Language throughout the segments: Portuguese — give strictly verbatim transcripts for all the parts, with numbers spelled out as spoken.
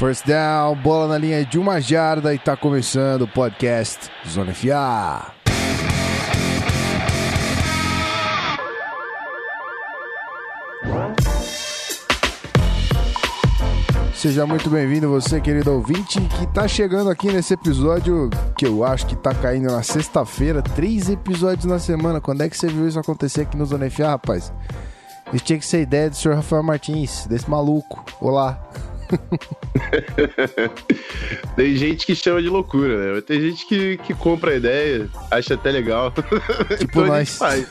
First down, bola na linha de uma jarda e tá começando o podcast Zona F A. Seja muito bem-vindo você, querido ouvinte, que tá chegando aqui nesse episódio que eu acho que tá caindo na sexta-feira. Três episódios na semana. Quando é que você viu isso acontecer aqui no Zona F A, rapaz? Isso tinha que ser ideia do senhor Rafael Martins, desse maluco. Olá. Tem gente que chama de loucura, né? Tem gente que, que compra a ideia, acha até legal. Tipo então nós. A gente faz.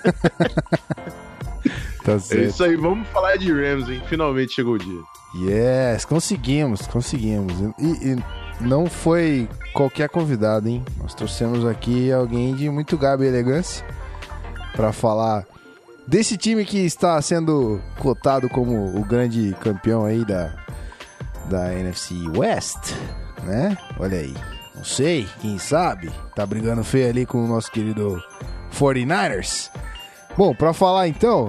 Tá certo. É isso aí, vamos falar de Rams, hein? Finalmente chegou o dia. Yes, conseguimos, conseguimos. E, e não foi qualquer convidado, hein? Nós trouxemos aqui alguém de muito garbo e elegância pra falar desse time que está sendo cotado como o grande campeão aí da, da N F C West, né? Olha aí, não sei, quem sabe, tá brigando feio ali com o nosso querido forty-niners. Bom, pra falar então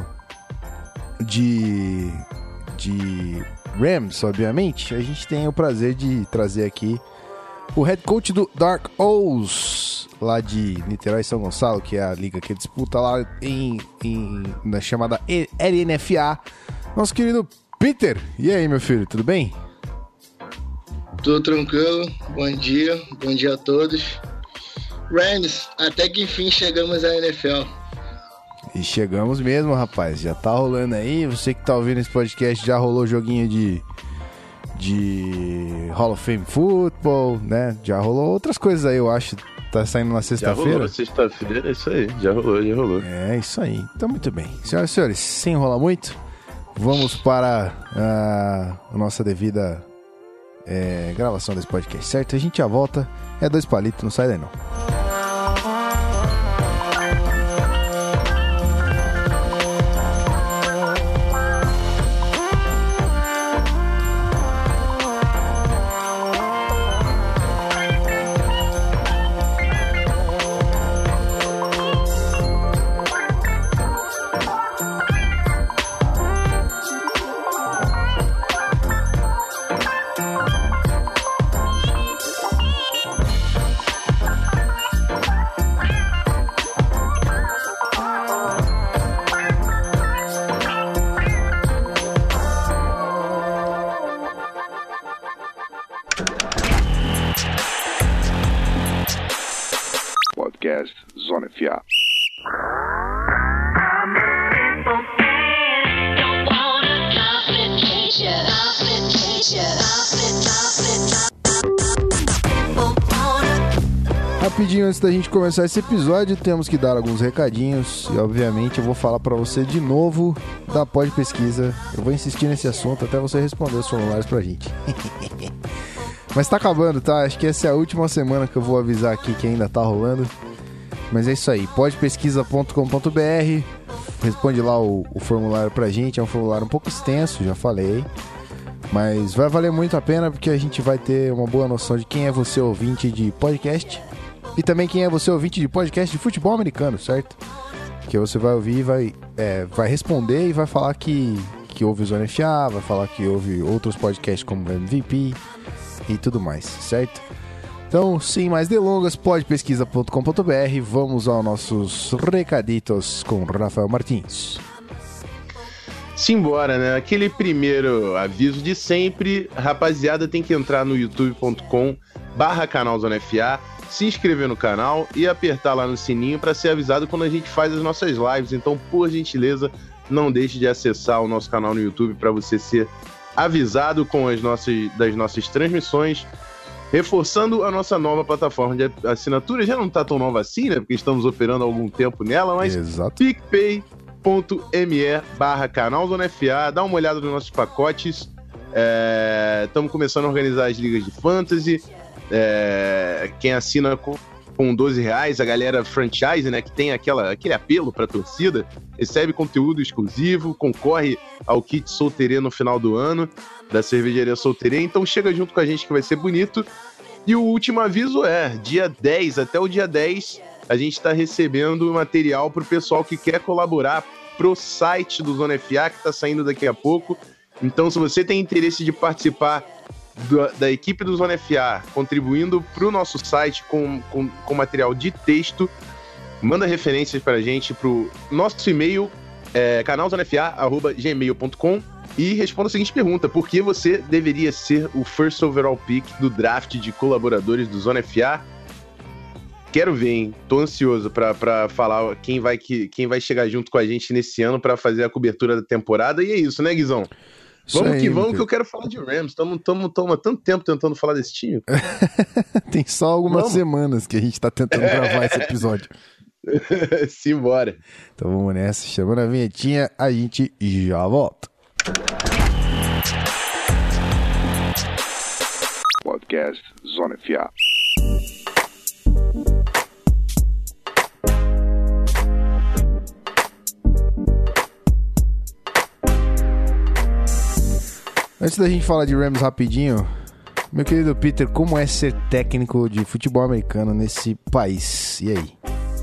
de, de Rams, obviamente, a gente tem o prazer de trazer aqui o head coach do Dark Owls, lá de Niterói e São Gonçalo, que é a liga que disputa lá em, em, na chamada L N F A, nosso querido Peter. E aí, meu filho, tudo bem? Tudo tranquilo, bom dia, bom dia a todos. Rams, até que enfim chegamos à N F L. E chegamos mesmo, rapaz, já tá rolando aí. Você que tá ouvindo esse podcast, já rolou joguinho de de Hall of Fame Football, né? Já rolou outras coisas aí, eu acho. Tá saindo na sexta-feira. Já rolou, sexta-feira, é isso aí, já rolou, já rolou. É, isso aí, então muito bem. Senhoras e senhores, sem enrolar muito, vamos para uh, a nossa devida é, gravação desse podcast, certo? A gente já volta, é dois palitos, não sai daí não. Podcast Zona F A. Rapidinho, antes da gente começar esse episódio, temos que dar alguns recadinhos. E obviamente eu vou falar pra você de novo da Pod Pesquisa. Eu vou insistir nesse assunto até você responder os formulários pra gente. Mas tá acabando, tá? Acho que essa é a última semana que eu vou avisar aqui que ainda tá rolando. Mas é isso aí, pod pesquisa ponto com ponto b r. Responde lá o, o formulário pra gente. É um formulário um pouco extenso, já falei. Mas vai valer muito a pena porque a gente vai ter uma boa noção de quem é você ouvinte de podcast. E também quem é você ouvinte de podcast de futebol americano, certo? Que você vai ouvir e vai, é, vai responder e vai falar que, que ouve o Zona F A, vai falar que ouve outros podcasts como M V P e tudo mais, certo? Então, sem mais delongas, pod pesquisa ponto com ponto b r. Vamos aos nossos recaditos com Rafael Martins. Simbora, né? Aquele primeiro aviso de sempre. Rapaziada, tem que entrar no youtube ponto com barra canal Zona F A, se inscrever no canal e apertar lá no sininho para ser avisado quando a gente faz as nossas lives. Então, por gentileza, não deixe de acessar o nosso canal no YouTube para você ser avisado com as nossas, das nossas transmissões. Reforçando a nossa nova plataforma de assinatura, já não tá tão nova assim, né? Porque estamos operando há algum tempo nela, mas Exato. picpay ponto me barra canal Zona F A, dá uma olhada nos nossos pacotes. Estamos é, começando a organizar as ligas de fantasy. É, quem assina com, com doze reais, a galera franchise, né? Que tem aquela, aquele apelo pra torcida, recebe conteúdo exclusivo, concorre ao kit Solteirê no final do ano, da cervejaria Solteirê. Então chega junto com a gente que vai ser bonito. E o último aviso é, dia dez, até o dia dez, a gente está recebendo material para o pessoal que quer colaborar pro site do Zona F A, que está saindo daqui a pouco. Então, se você tem interesse de participar da, da equipe do Zona F A contribuindo para o nosso site com, com, com material de texto, manda referências para a gente pro nosso e-mail, é, canalzonafa arroba gmail ponto com, e responda a seguinte pergunta: por que você deveria ser o first overall pick do draft de colaboradores do Zona F A? Quero ver, hein? Tô ansioso pra, pra falar quem vai, que, quem vai chegar junto com a gente nesse ano pra fazer a cobertura da temporada. E é isso, né, Guizão? Isso vamos aí, que vamos, que eu quero falar de Rams. Estamos há tanto tempo tentando falar desse time. Tem só algumas vamos. semanas que a gente tá tentando gravar esse episódio. Simbora. Então vamos nessa. Chamando a vinhetinha, a gente já volta. Podcast Zona F A. Antes da gente falar de Rams rapidinho, meu querido Peter, como é ser técnico de futebol americano nesse país? E aí?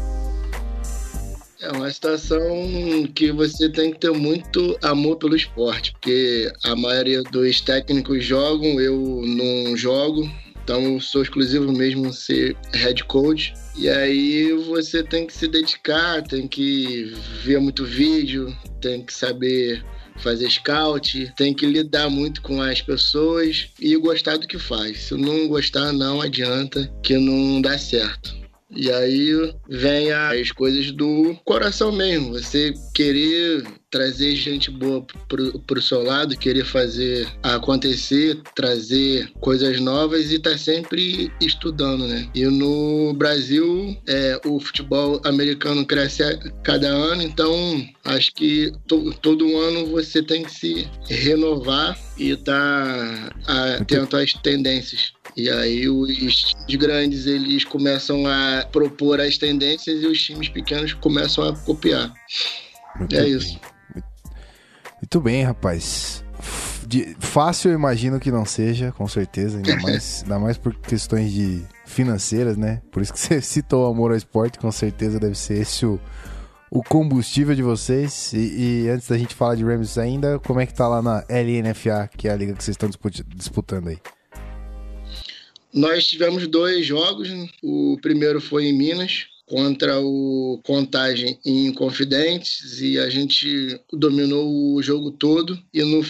É uma situação que você tem que ter muito amor pelo esporte, porque a maioria dos técnicos jogam, eu não jogo, então eu sou exclusivo mesmo ser head coach. E aí você tem que se dedicar, tem que ver muito vídeo, tem que saber fazer scout, tem que lidar muito com as pessoas e gostar do que faz. Se não gostar, não adianta, que não dá certo. E aí vem as coisas do coração mesmo, você querer trazer gente boa pro, pro seu lado, querer fazer acontecer, trazer coisas novas e tá sempre estudando, né? E no Brasil, é, o futebol americano cresce a cada ano, então acho que to, todo ano você tem que se renovar e tá atento às tendências. E aí os times grandes, eles começam a propor as tendências e os times pequenos começam a copiar. Muito é bem. isso. Muito bem, rapaz. De, fácil eu imagino que não seja, com certeza, ainda mais, ainda mais por questões de financeiras, né? Por isso que você citou o amor ao esporte, com certeza deve ser esse o, o combustível de vocês. E, e antes da gente falar de Rams ainda, como é que tá lá na L N F A, que é a liga que vocês estão disputando aí? Nós tivemos dois jogos, o primeiro foi em Minas, contra o Contagem em Confidentes, e a gente dominou o jogo todo e no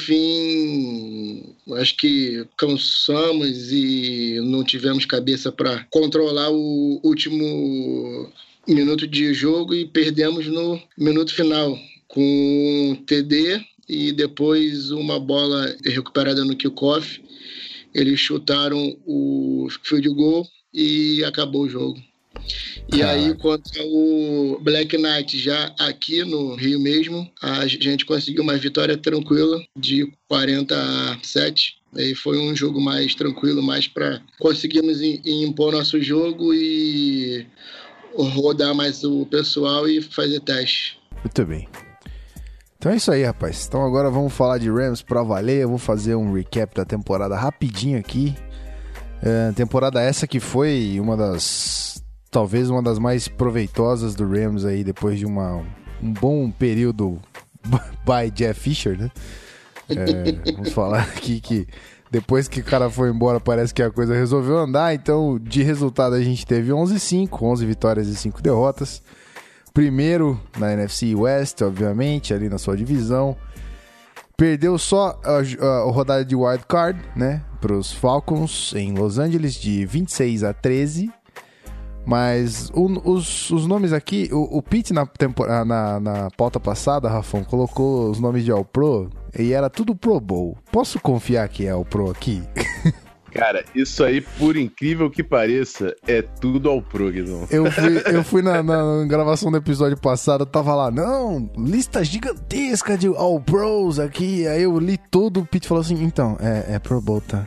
fim acho que cansamos e não tivemos cabeça para controlar o último minuto de jogo e perdemos no minuto final com um T D e depois uma bola recuperada no kickoff. Eles chutaram o field goal e acabou o jogo. E Caraca. Aí, contra o Black Knight, já aqui no Rio mesmo, a gente conseguiu uma vitória tranquila de quarenta a sete. E foi um jogo mais tranquilo, mais para conseguirmos impor nosso jogo e rodar mais o pessoal e fazer teste. Muito bem. Então é isso aí, rapaz. Então agora vamos falar de Rams pra valer. Eu vou fazer um recap da temporada rapidinho aqui. É, temporada essa que foi uma das... talvez uma das mais proveitosas do Rams aí, depois de uma, um bom período by Jeff Fisher, né? É, vamos falar aqui que depois que o cara foi embora, parece que a coisa resolveu andar. Então, de resultado, a gente teve onze a cinco, onze vitórias e cinco derrotas. Primeiro na N F C West, obviamente, ali na sua divisão. Perdeu só a, a, a rodada de wild card, né, para os Falcons em Los Angeles, de vinte e seis a treze. Mas o, os, os nomes aqui, o, o Pete na, na, na pauta passada, Rafão, colocou os nomes de All-Pro e era tudo Pro Bowl. Posso confiar que é All-Pro aqui? Cara, isso aí, por incrível que pareça, é tudo All-Pro, Guizão. Eu fui, eu fui na, na gravação do episódio passado, eu tava lá, não, lista gigantesca de All-Pros aqui. Aí eu li tudo, o Pete falou assim, então, é, é Pro Bowl, tá?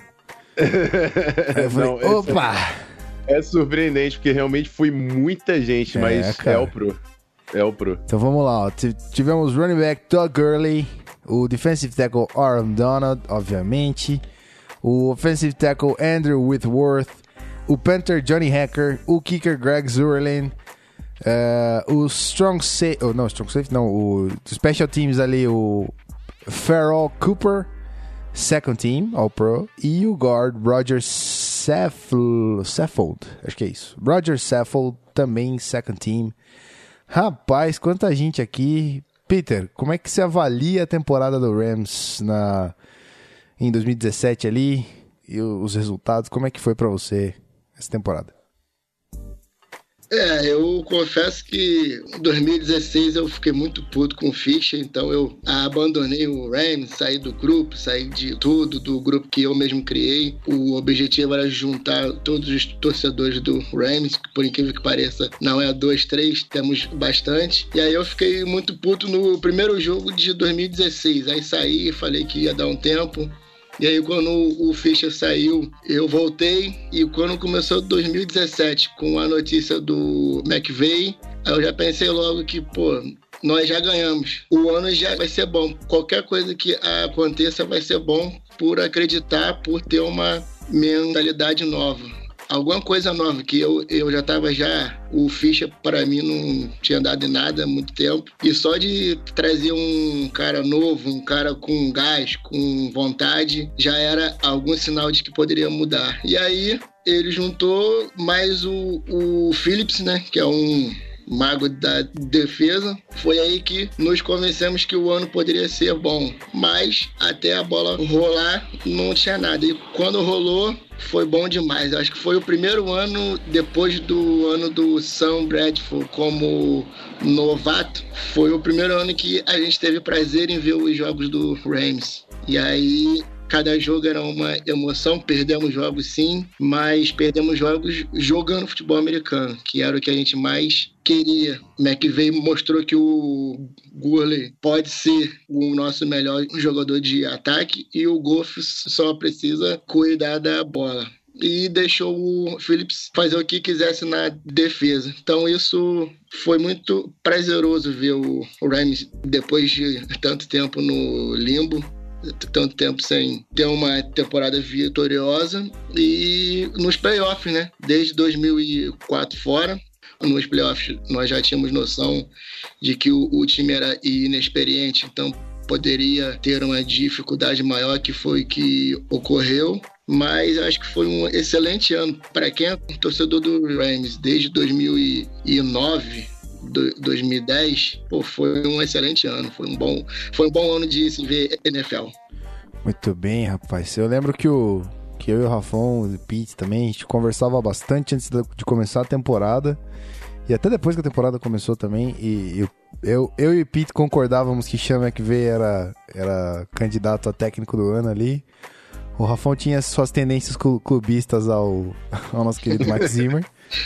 Aí eu falei, não, opa! É surpreendente, porque realmente foi muita gente, é, mas cara. é o Pro. É o Pro. Então vamos lá, ó. Tivemos running back Todd Gurley, o defensive tackle Aaron Donald, obviamente, o offensive tackle Andrew Whitworth, o punter Johnny Hacker, o kicker Greg Zuerlein, uh, o strong safety, oh, não, strong safety não, o special teams ali, o Farrell Cooper, Second Team, All-Pro, e o guard Roger Saffold, Saffold, acho que é isso. Roger Saffold, também Second Team. Rapaz, quanta gente aqui. Peter, como é que você avalia a temporada do Rams na, em dois mil e dezessete ali? E os resultados, como é que foi pra você essa temporada? É, eu confesso que em dois mil e dezesseis eu fiquei muito puto com o Fischer, então eu abandonei o Rams, saí do grupo, saí de tudo, do grupo que eu mesmo criei. O objetivo era juntar todos os torcedores do Rams, que por incrível que pareça não é dois, três, temos bastante. E aí eu fiquei muito puto no primeiro jogo de dois mil e dezesseis, aí saí, falei que ia dar um tempo. E aí quando o Fischer saiu, eu voltei, e quando começou dois mil e dezessete com a notícia do McVay, eu já pensei logo que, pô, nós já ganhamos. O ano já vai ser bom. Qualquer coisa que aconteça vai ser bom por acreditar, por ter uma mentalidade nova. Alguma coisa nova, que eu, eu já estava já... O Fischer, para mim, não tinha dado em nada há muito tempo. E só de trazer um cara novo, um cara com gás, com vontade, já era algum sinal de que poderia mudar. E aí, ele juntou mais o, o Phillips, né? Que é um mago da defesa. Foi aí que nos convencemos que o ano poderia ser bom. Mas, até a bola rolar, não tinha nada. E quando rolou, foi bom demais. Eu acho que foi o primeiro ano, depois do ano do Sam Bradford como novato, foi o primeiro ano que a gente teve prazer em ver os jogos do Rams. E aí, cada jogo era uma emoção. Perdemos jogos sim, mas perdemos jogos jogando futebol americano, que era o que a gente mais queria. McVay mostrou que o Gurley pode ser o nosso melhor jogador de ataque, e o Goff só precisa cuidar da bola. E deixou o Phillips fazer o que quisesse na defesa. Então isso foi muito prazeroso ver o Rams depois de tanto tempo no limbo, tanto tempo sem ter uma temporada vitoriosa, e nos playoffs, né? Desde dois mil e quatro fora. Nos playoffs nós já tínhamos noção de que o, o time era inexperiente, então poderia ter uma dificuldade maior, que foi que ocorreu. Mas acho que foi um excelente ano. Para quem é torcedor do Rams desde dois mil e nove, dois mil e dez, pô, foi um excelente ano. Foi um bom, foi um bom ano de se ver N F L. Muito bem, rapaz. Eu lembro que, o, que eu e o Rafão, o Pete também, a gente conversava bastante antes de começar a temporada. E até depois que a temporada começou também. E eu, eu, eu e o Pete concordávamos que Sean McVay era, era candidato a técnico do ano ali. O Rafão tinha suas tendências clubistas ao, ao nosso querido Mike Zimmer.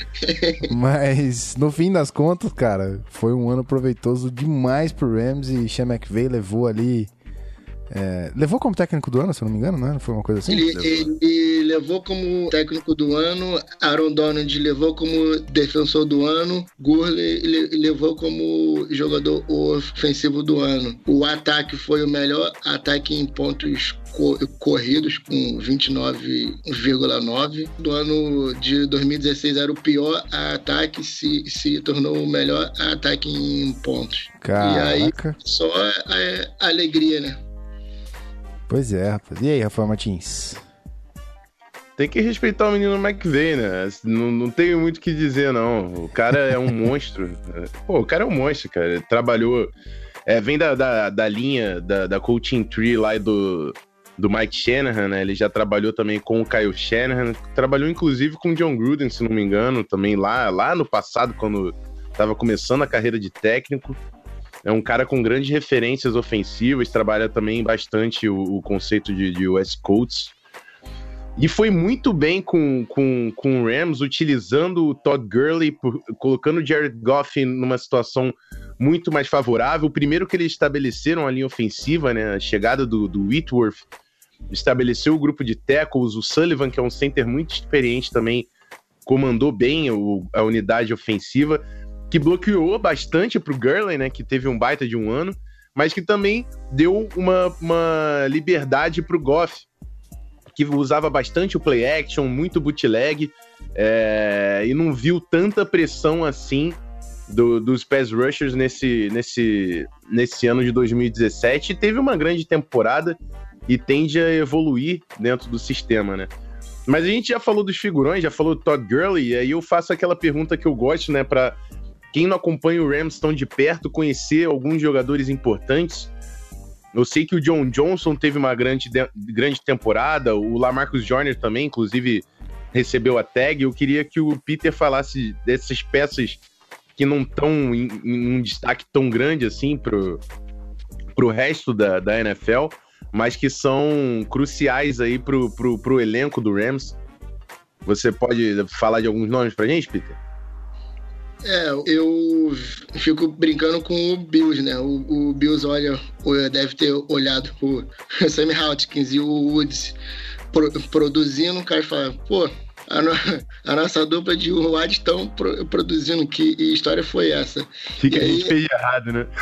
Mas, no fim das contas, cara, foi um ano proveitoso demais pro Rams, e Sean McVay levou ali... É, levou como técnico do ano, se eu não me engano, né? Não foi uma coisa assim? Ele levou. Ele, ele levou como técnico do ano, Aaron Donald levou como defensor do ano, Gurley levou como jogador ofensivo do ano. O ataque foi o melhor ataque em pontos corridos, com vinte e nove vírgula nove. Do ano de dois mil e dezesseis era o pior ataque, se, se tornou o melhor ataque em pontos. Caraca. E aí, só a, a alegria, né? Pois é, rapaz. E aí, Rafael Martins? Tem que respeitar o menino McVay, né? Não, não tenho muito o que dizer, não. O cara é um monstro. Pô, o cara é um monstro, cara. Ele trabalhou... É, vem da, da, da linha, da, da coaching tree lá do, do Mike Shanahan, né? Ele já trabalhou também com o Kyle Shanahan. Trabalhou, inclusive, com o John Gruden, se não me engano. Também lá, lá no passado, quando estava começando a carreira de técnico. É um cara com grandes referências ofensivas, trabalha também bastante o, o conceito de, de West Coast. E foi muito bem com, com, com o Rams, utilizando o Todd Gurley, por, colocando o Jared Goff numa situação muito mais favorável. O primeiro que eles estabeleceram a linha ofensiva, né, a chegada do, do Whitworth, estabeleceu o grupo de tackles. O Sullivan, que é um center muito experiente também, comandou bem o, a unidade ofensiva, que bloqueou bastante pro Gurley, né, que teve um baita de um ano, mas que também deu uma, uma liberdade pro Goff, que usava bastante o play action, muito bootleg, é, e não viu tanta pressão assim do, dos pass rushers nesse, nesse, nesse ano de dois mil e dezessete. Teve uma grande temporada, e tende a evoluir dentro do sistema, né? Mas a gente já falou dos figurões, já falou do Todd Gurley, e aí eu faço aquela pergunta que eu gosto, né, pra quem não acompanha o Rams tão de perto, conhecer alguns jogadores importantes. Eu sei que o John Johnson teve uma grande, grande temporada, o LaMarcus Joyner também, inclusive, recebeu a tag. Eu queria que o Peter falasse dessas peças que não estão em, em um destaque tão grande assim pro, pro resto da, da N F L, mas que são cruciais aí pro, pro, pro elenco do Rams. Você pode falar de alguns nomes pra gente, Peter? É, eu fico brincando com o Bills, né? O, o Bills olha, deve ter olhado o Sammy Watkins e o Woods pro, produzindo, o cara fala, pô, a, no, a nossa dupla de wide estão pro, produzindo, que história foi essa? O que, que a gente fez de errado, né?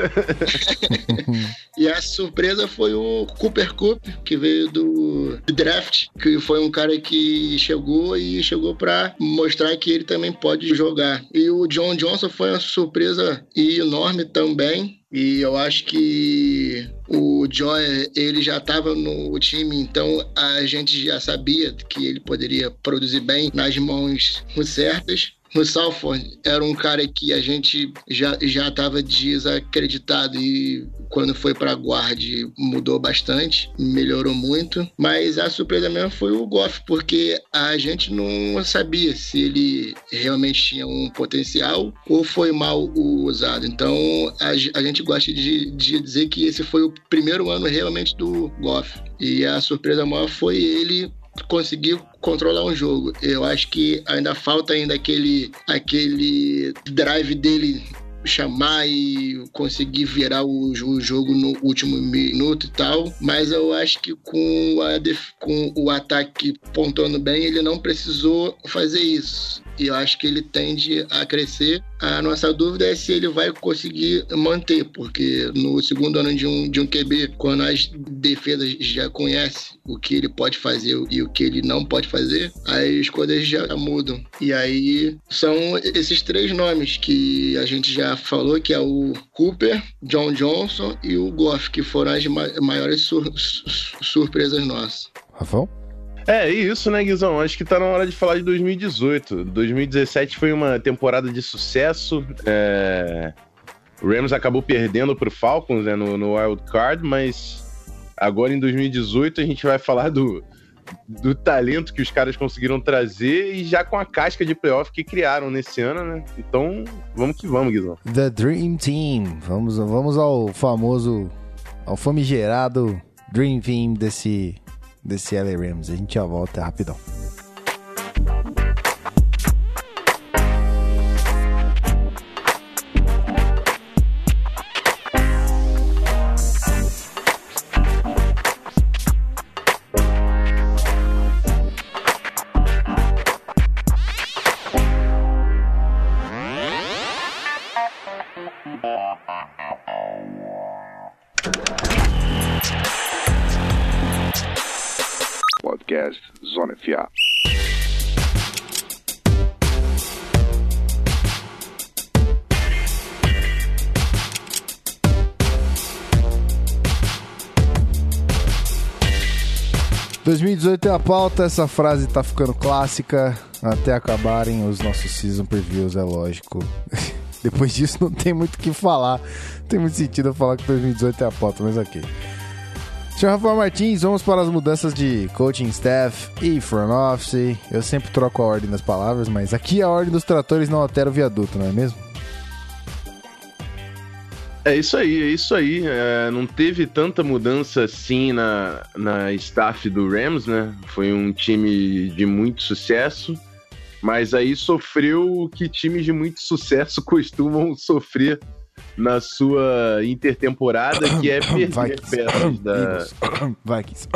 E a surpresa foi o Cooper Kupp, que veio do draft, que foi um cara que chegou e chegou para mostrar que ele também pode jogar. E o John Johnson foi uma surpresa enorme também. E eu acho que o Joy, ele já estava no time, então a gente já sabia que ele poderia produzir bem nas mãos certas. O Salford era um cara que a gente já já estava desacreditado e quando foi para guard mudou bastante, melhorou muito. Mas a surpresa mesmo foi o Goff, porque a gente não sabia se ele realmente tinha um potencial ou foi mal usado. Então a, a gente gosta de, de dizer que esse foi o primeiro ano realmente do Goff. E a surpresa maior foi ele conseguir controlar um jogo. Eu acho que ainda falta ainda aquele, aquele drive dele chamar e conseguir virar o, o jogo no último minuto e tal, mas eu acho que com, a def, com o ataque pontuando bem, ele não precisou fazer isso. E eu acho que ele tende a crescer. A nossa dúvida é se ele vai conseguir manter, porque no segundo ano de um, de um Q B, quando as defesas já conhecem o que ele pode fazer e o que ele não pode fazer, as coisas já mudam. E aí são esses três nomes que a gente já falou, que é o Cooper, John Johnson e o Goff, que foram as maiores sur- surpresas nossas. Rafael? É, isso, né, Guizão? Acho que tá na hora de falar de dois mil e dezoito. dois mil e dezessete foi uma temporada de sucesso. É... O Rams acabou perdendo pro Falcons, né, no, no Wild Card, mas agora em dois mil e dezoito a gente vai falar do, do talento que os caras conseguiram trazer e já com a casca de playoff que criaram nesse ano, né? Então, vamos que vamos, Guizão. The Dream Team. Vamos, vamos ao famoso, ao famigerado Dream Team desse... desse L A Rams. A gente já volta rapidão. Podcast Zona F A. dois mil e dezoito é a pauta, essa frase tá ficando clássica até acabarem os nossos season previews, é lógico. Depois disso não tem muito o que falar, não tem muito sentido eu falar que dois mil e dezoito é a pauta, mas ok. Senhor Rafael Martins, vamos para as mudanças de coaching staff e front office. Eu sempre troco a ordem das palavras, mas aqui a ordem dos tratores não altera o viaduto, não é mesmo? É isso aí, é isso aí. É, não teve tanta mudança assim na, na staff do Rams, né? Foi um time de muito sucesso, mas aí sofreu o que times de muito sucesso costumam sofrer na sua intertemporada, que é perder peças da... Vikings.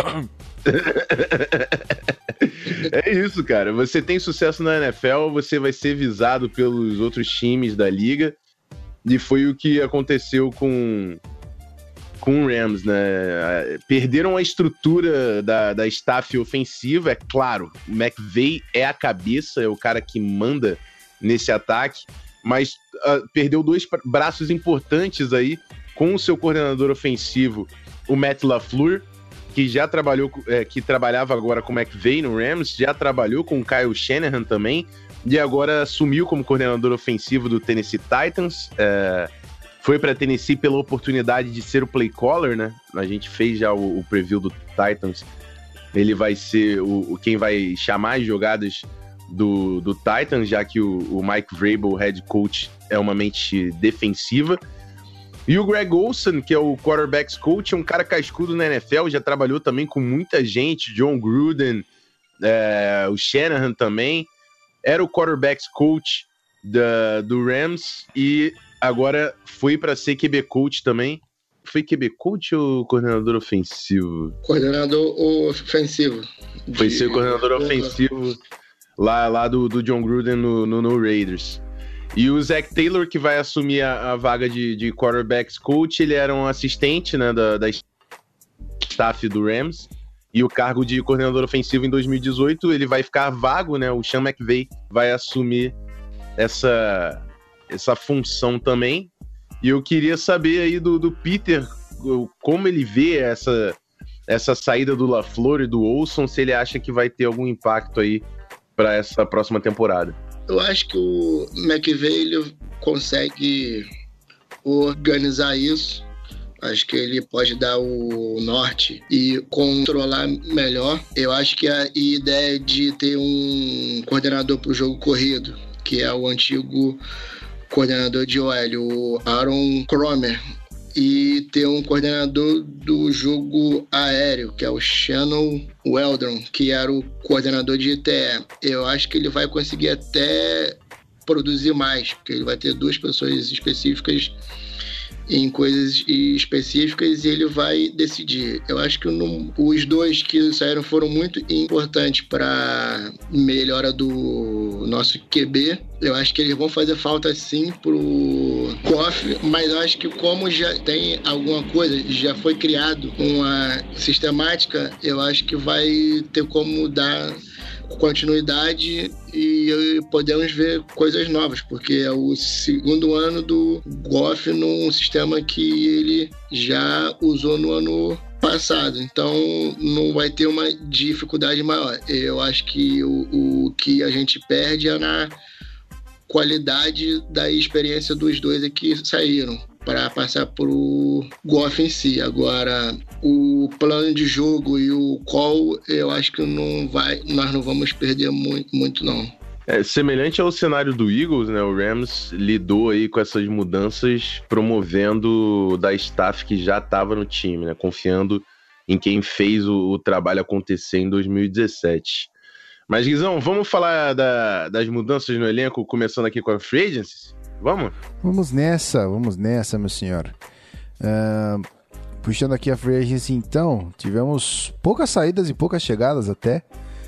É isso, cara. Você tem sucesso na N F L, você vai ser visado pelos outros times da liga, e foi o que aconteceu com com o Rams, né? Perderam a estrutura da, da staff ofensiva, é claro. O McVay é a cabeça, é o cara que manda nesse ataque, mas uh, perdeu dois braços importantes aí com o seu coordenador ofensivo, o Matt LaFleur, que já trabalhou, é, que trabalhava agora com o McVay no Rams, já trabalhou com o Kyle Shanahan também, e agora assumiu como coordenador ofensivo do Tennessee Titans. É, foi para Tennessee pela oportunidade de ser o play caller, né? A gente fez já o, o preview do Titans. Ele vai ser o, o quem vai chamar as jogadas do, do Titans, já que o, o Mike Vrabel, head coach, é uma mente defensiva. E o Greg Olsen, que é o quarterbacks coach, é um cara cascudo na N F L, já trabalhou também com muita gente, John Gruden, é, o Shanahan também. Era o quarterbacks coach da, do Rams e agora foi para ser Q B coach também. Foi Q B coach ou coordenador ofensivo? Coordenador ofensivo. Foi ser coordenador ofensivo lá, lá do, do John Gruden no, no, no Raiders. E o Zach Taylor, que vai assumir a, a vaga de, de quarterbacks coach, ele era um assistente, né, da, da staff do Rams. E o cargo de coordenador ofensivo em dois mil e dezoito, ele vai ficar vago, né? O Sean McVay vai assumir essa, essa função também. E eu queria saber aí do, do Peter como ele vê essa, essa saída do LaFleur e do Olson, se ele acha que vai ter algum impacto aí para essa próxima temporada. Eu acho que o McVay ele consegue organizar isso. Acho que ele pode dar o norte e controlar melhor. Eu acho que a ideia de ter um coordenador para o jogo corrido, que é o antigo coordenador de O L, o Aaron Kromer, e ter um coordenador do jogo aéreo, que é o Shannon Weldon, que era o coordenador de I T E. Eu acho que ele vai conseguir até produzir mais, porque ele vai ter duas pessoas específicas em coisas específicas e ele vai decidir. Eu acho que no, os dois que saíram foram muito importantes para melhora do nosso Q B. Eu acho que eles vão fazer falta sim pro Goff, mas eu acho que como já tem alguma coisa, já foi criado uma sistemática, eu acho que vai ter como dar continuidade e podemos ver coisas novas, porque é o segundo ano do Goff num sistema que ele já usou no ano passado, então não vai ter uma dificuldade maior. Eu acho que o, o que a gente perde é na qualidade da experiência dos dois que saíram para passar pro Goff em si. Agora, o plano de jogo e o call, eu acho que não vai, nós não vamos perder muito, muito não. É, semelhante ao cenário do Eagles, né? O Rams lidou aí com essas mudanças, promovendo da staff que já estava no time, né? Confiando em quem fez o, o trabalho acontecer em dois mil e dezessete. Mas, Guizão, vamos falar da, das mudanças no elenco, começando aqui com a Free Agency? Vamos? Vamos nessa, vamos nessa, meu senhor. Uh, puxando aqui a Free Agency, então, tivemos poucas saídas e poucas chegadas até,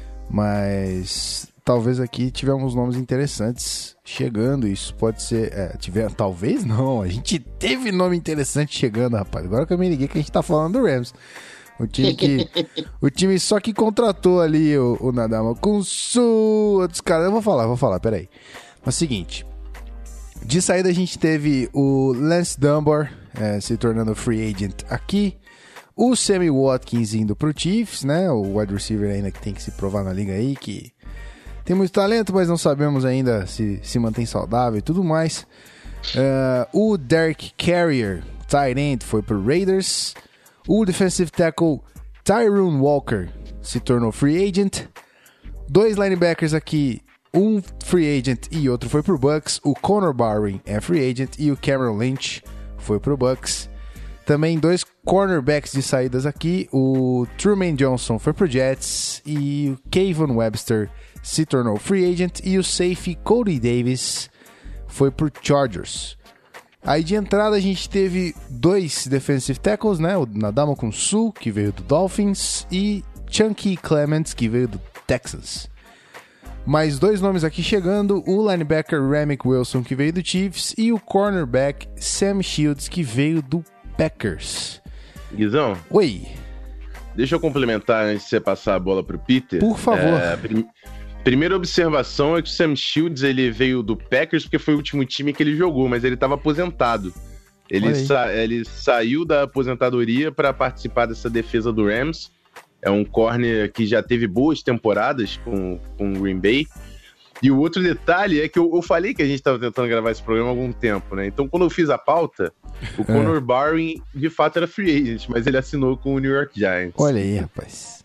mas talvez aqui tivemos nomes interessantes chegando. Isso pode ser, é, tiver, talvez não, a gente teve nome interessante chegando, rapaz. Agora que eu me liguei que a gente tá falando do Rams. O time que. o time só que contratou ali o, o Nadama com su, outros caras. Eu vou falar, vou falar, peraí. Mas seguinte. De saída a gente teve o Lance Dunbar é, se tornando free agent aqui. O Sammy Watkins indo pro Chiefs, né? O wide receiver ainda que tem que se provar na liga aí, que tem muito talento, mas não sabemos ainda se se mantém saudável e tudo mais. Uh, o Derek Carrier, tight end, foi pro Raiders. O defensive tackle Tyrone Walker se tornou free agent. Dois linebackers aqui, um free agent e outro foi pro Bucks. O Connor Barwin é free agent e o Cameron Lynch foi pro Bucks. Também dois cornerbacks de saídas aqui. O Truman Johnson foi pro Jets e o Kayvon Webster se tornou free agent e o safety Cody Davis foi pro Chargers. Aí de entrada a gente teve dois defensive tackles, né? O Ndamukong Suh, que veio do Dolphins, e Chunky Clements, que veio do Texans. Mais dois nomes aqui chegando, o linebacker Ramik Wilson, que veio do Chiefs, e o cornerback Sam Shields, que veio do Packers. Guizão? Oi. Deixa eu complementar antes de você passar a bola pro Peter. Por favor. É, prim- primeira observação é que o Sam Shields ele veio do Packers porque foi o último time que ele jogou, mas ele estava aposentado. Ele, sa- ele saiu da aposentadoria para participar dessa defesa do Rams É um corner que já teve boas temporadas com, com o Green Bay. E o outro detalhe é que eu, eu falei que a gente estava tentando gravar esse programa há algum tempo, né? Então, quando eu fiz a pauta, o Conor é. Barwin, de fato, era free agent, mas ele assinou com o New York Giants. Olha aí, rapaz.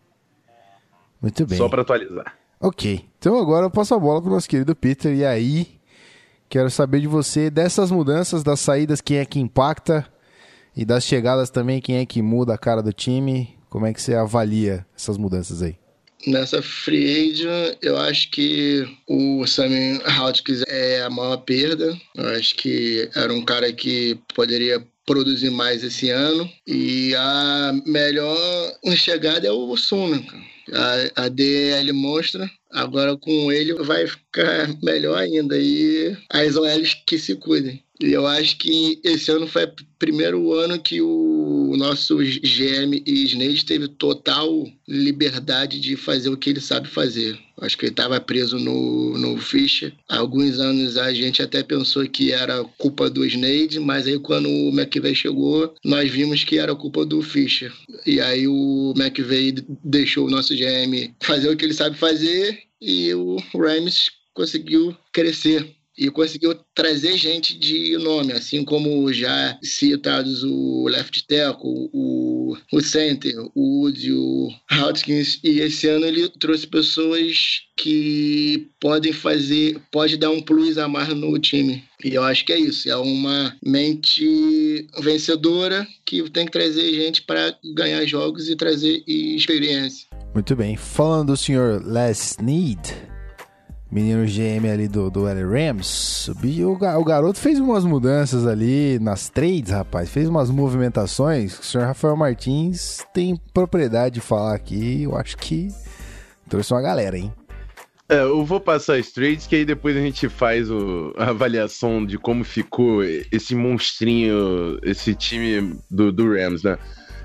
Muito bem. Só para atualizar. Ok. Então, agora eu passo a bola pro nosso querido Peter. E aí, quero saber de você, dessas mudanças, das saídas, quem é que impacta? E das chegadas também, quem é que muda a cara do time? Como é que você avalia essas mudanças aí? Nessa free agent, eu acho que o Sammy Hautkins é a maior perda. Eu acho que era um cara que poderia produzir mais esse ano. E a melhor chegada é o Suna. A, a D L mostra. Agora com ele vai ficar melhor ainda. E as O Ls que se cuidem. E eu acho que esse ano foi o primeiro ano que o nosso G M e Snead teve total liberdade de fazer o que ele sabe fazer. Acho que ele estava preso no, no Fischer. Há alguns anos a gente até pensou que era culpa do Snead, mas aí quando o McVay chegou, nós vimos que era culpa do Fischer. E aí o McVay deixou o nosso G M fazer o que ele sabe fazer e o Rams conseguiu crescer. E conseguiu trazer gente de nome, assim como já citados o left tackle, o, o center, o Wood, o Hautkins. E esse ano ele trouxe pessoas que podem fazer, pode dar um plus a mais no time. E eu acho que é isso, é uma mente vencedora que tem que trazer gente para ganhar jogos e trazer experiência. Muito bem. Falando do senhor Les Snead, menino G M ali do, do L A Rams, o, o garoto fez umas mudanças ali nas trades, rapaz, fez umas movimentações que o senhor Rafael Martins tem propriedade de falar aqui. Eu acho que trouxe uma galera, hein? É, eu vou passar as trades, que aí depois a gente faz o, a avaliação de como ficou esse monstrinho, esse time do, do Rams, né?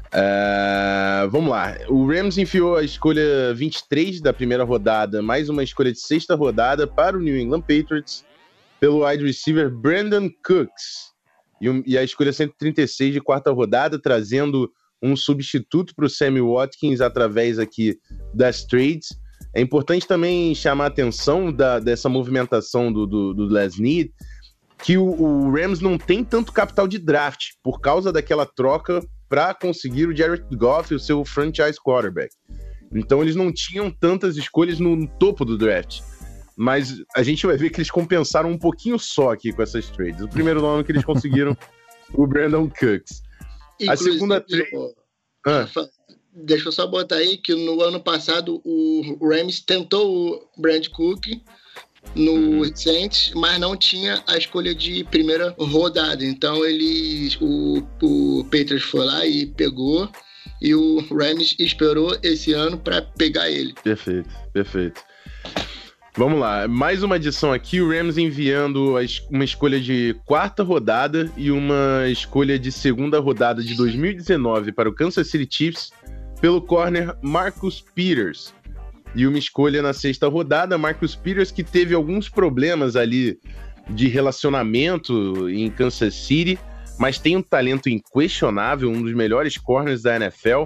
Uh, vamos lá, o Rams enfiou a escolha vinte e três da primeira rodada, mais uma escolha de sexta rodada para o New England Patriots, pelo wide receiver Brandon Cooks, e, um, e a escolha cento e trinta e seis de quarta rodada, trazendo um substituto para o Sammy Watkins através aqui das trades. É importante também chamar a atenção da, dessa movimentação do, do, do Les Snead, que o, o Rams não tem tanto capital de draft por causa daquela troca para conseguir o Jared Goff, o seu franchise quarterback. Então eles não tinham tantas escolhas no topo do draft. Mas a gente vai ver que eles compensaram um pouquinho só aqui com essas trades. O primeiro nome que eles conseguiram, o Brandon Cooks. Inclusive, a segunda trade... Ah. Deixa eu só botar aí que no ano passado o Rams tentou o Brand Cook no uhum. Saints, mas não tinha a escolha de primeira rodada. Então eles, o, o Patriots foi lá e pegou, e o Rams esperou esse ano para pegar ele. Perfeito, perfeito. Vamos lá, mais uma adição aqui, o Rams enviando uma escolha de quarta rodada e uma escolha de segunda rodada de dois mil e dezenove para o Kansas City Chiefs pelo corner Marcus Peters. E uma escolha na sexta rodada, Marcus Peters, que teve alguns problemas ali de relacionamento em Kansas City, mas tem um talento inquestionável, um dos melhores corners da N F L,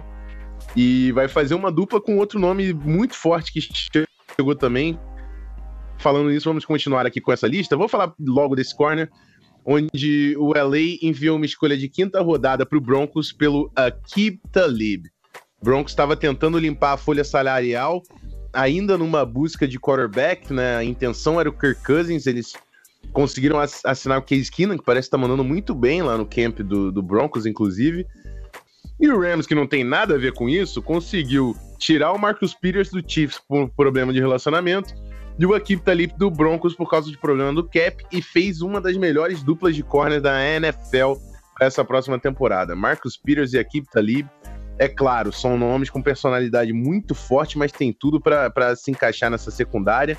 e vai fazer uma dupla com outro nome muito forte que chegou também. Falando nisso, vamos continuar aqui com essa lista. Vou falar logo desse corner, onde o L A enviou uma escolha de quinta rodada para o Broncos pelo Aqib Talib. O Broncos estava tentando limpar a folha salarial, ainda numa busca de quarterback, né? A intenção era o Kirk Cousins, eles conseguiram assinar o Case Keenum, que parece estar tá mandando muito bem lá no camp do, do Broncos, inclusive. E o Rams, que não tem nada a ver com isso, conseguiu tirar o Marcus Peters do Chiefs por problema de relacionamento e o Aqib Talib do Broncos por causa de problema do cap, e fez uma das melhores duplas de corner da N F L para essa próxima temporada. Marcus Peters e Aqib Talib, é claro, são nomes com personalidade muito forte, mas tem tudo para se encaixar nessa secundária.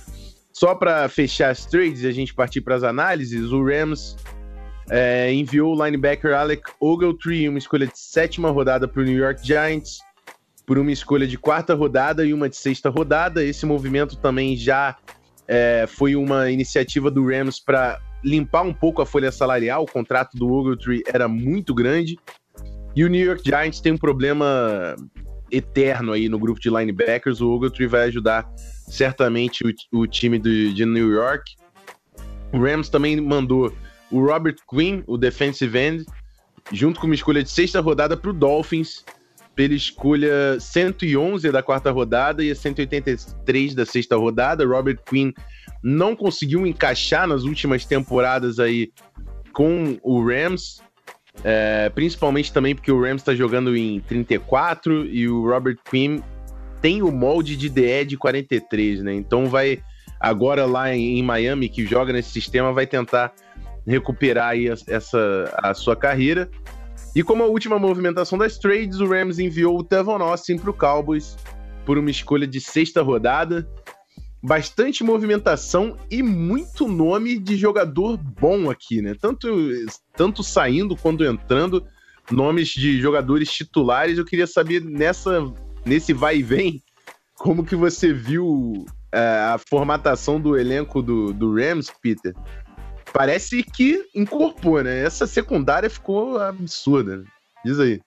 Só para fechar as trades e a gente partir para as análises, o Rams é, enviou o linebacker Alec Ogletree, uma escolha de sétima rodada para o New York Giants, por uma escolha de quarta rodada e uma de sexta rodada. Esse movimento também já é, foi uma iniciativa do Rams para limpar um pouco a folha salarial. O contrato do Ogletree era muito grande. E o New York Giants tem um problema eterno aí no grupo de linebackers. O Ogletree vai ajudar certamente o, o time do, de New York. O Rams também mandou o Robert Quinn, o defensive end, junto com uma escolha de sexta rodada para o Dolphins, pela escolha cento e onze da quarta rodada e a cento e oitenta e três da sexta rodada. Robert Quinn não conseguiu encaixar nas últimas temporadas aí com o Rams, é, principalmente também porque o Rams está jogando em trinta e quatro e o Robert Quinn tem o molde de D E de quarenta e três, né? Então vai agora lá em, em Miami, que joga nesse sistema, vai tentar recuperar aí a, essa, a sua carreira. E como a última movimentação das trades, o Rams enviou o Tavon Austin para o Cowboys por uma escolha de sexta rodada. Bastante movimentação e muito nome de jogador bom aqui, né? Tanto, tanto saindo quanto entrando, nomes de jogadores titulares. Eu queria saber, nessa, nesse vai e vem, como que você viu uh, a formatação do elenco do, do Rams, Peter? Parece que incorporou, né? Essa secundária ficou absurda, né? Diz aí.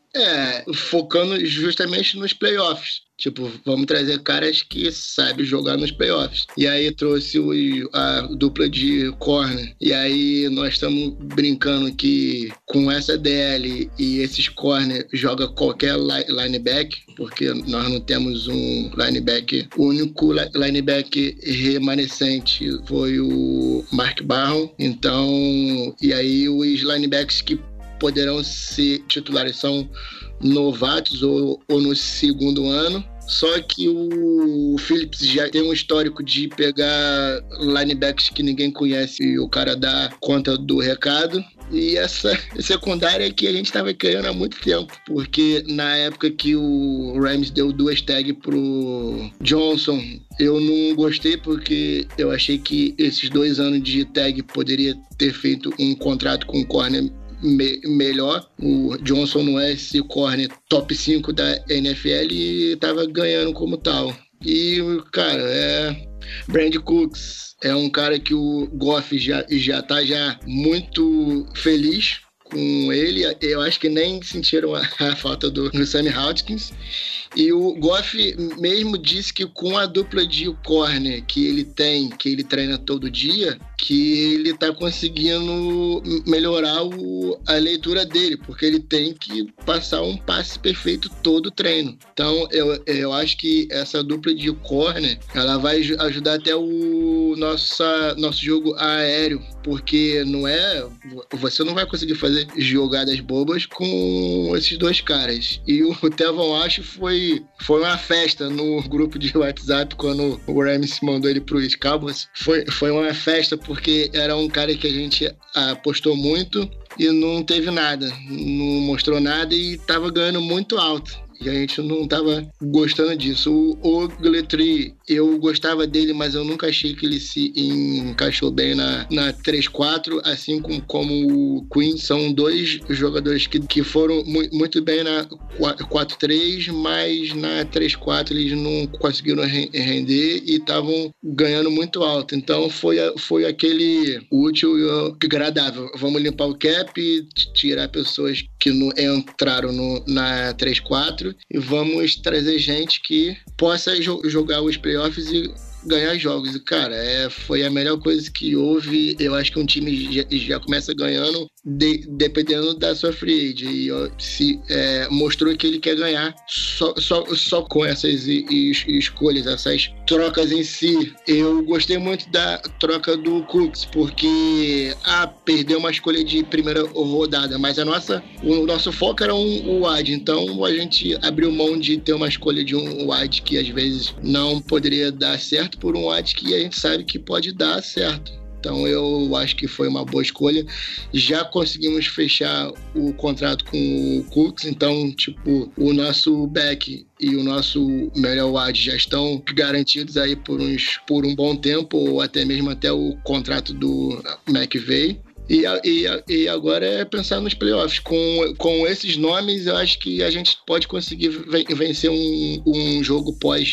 É, focando justamente nos playoffs. Tipo, vamos trazer caras que sabem jogar nos playoffs. E aí trouxe o, a dupla de corner. E aí nós estamos brincando que com essa D L e esses corner joga qualquer linebacker, porque nós não temos um linebacker. O único linebacker remanescente foi o Mark Barron. Então, e aí os linebackers que poderão ser titulares são novatos ou, ou no segundo ano. Só que o Phillips já tem um histórico de pegar linebackers que ninguém conhece e o cara dá conta do recado. E essa secundária é que a gente estava querendo há muito tempo, porque na época que o Rams deu duas tags pro Johnson, eu não gostei porque eu achei que esses dois anos de tag poderia ter feito um contrato com o corner Me- melhor. O Johnson não é esse corner top cinco da N F L e tava ganhando como tal. E, cara, é... Brandon Cooks é um cara que o Goff já, já tá já muito feliz com ele. Eu acho que nem sentiram a, a falta do, do Sammy Watkins. E o Goff mesmo disse que com a dupla de corner que ele tem, que ele treina todo dia, que ele tá conseguindo melhorar o, a leitura dele, porque ele tem que passar um passe perfeito todo o treino. Então, eu, eu acho que essa dupla de corner, ela vai ajudar até o nossa, nosso jogo aéreo, porque não é... Você não vai conseguir fazer jogadas bobas com esses dois caras. E o Tevon Acho foi Foi uma festa no grupo de WhatsApp quando o Rams mandou ele pro Cowboys. Foi, foi uma festa porque era um cara que a gente apostou muito e não teve nada. Não mostrou nada e tava ganhando muito alto. E a gente não tava gostando disso. O Ogletree, eu gostava dele, mas eu nunca achei que ele se encaixou bem na, na três quatro, assim como, como o Quinn. São dois jogadores que, que foram mu- muito bem na quatro três, mas na três quatro eles não conseguiram render e estavam ganhando muito alto. Então foi, foi aquele útil e agradável. Vamos limpar o cap, tirar pessoas que não entraram no, na três quatro e vamos trazer gente que possa jo- jogar os playoffs e ganhar jogos. E, cara, é, foi a melhor coisa que houve. Eu acho que um time já, já começa ganhando de, dependendo da sua free agent. E ó, se é, mostrou que ele quer ganhar só, só, só com essas es, escolhas, essas trocas em si. Eu gostei muito da troca do Cooks, porque ah, perdeu uma escolha de primeira rodada, mas a nossa, o nosso foco era um wide, então a gente abriu mão de ter uma escolha de um wide que às vezes não poderia dar certo por um wide que a gente sabe que pode dar certo. Então eu acho que foi uma boa escolha. Já conseguimos fechar o contrato com o Cooks, então tipo, o nosso back e o nosso melhor wide já estão garantidos aí por, uns, por um bom tempo, ou até mesmo até o contrato do McVay. E, e, e agora é pensar nos playoffs. Com, com esses nomes, eu acho que a gente pode conseguir vencer um, um jogo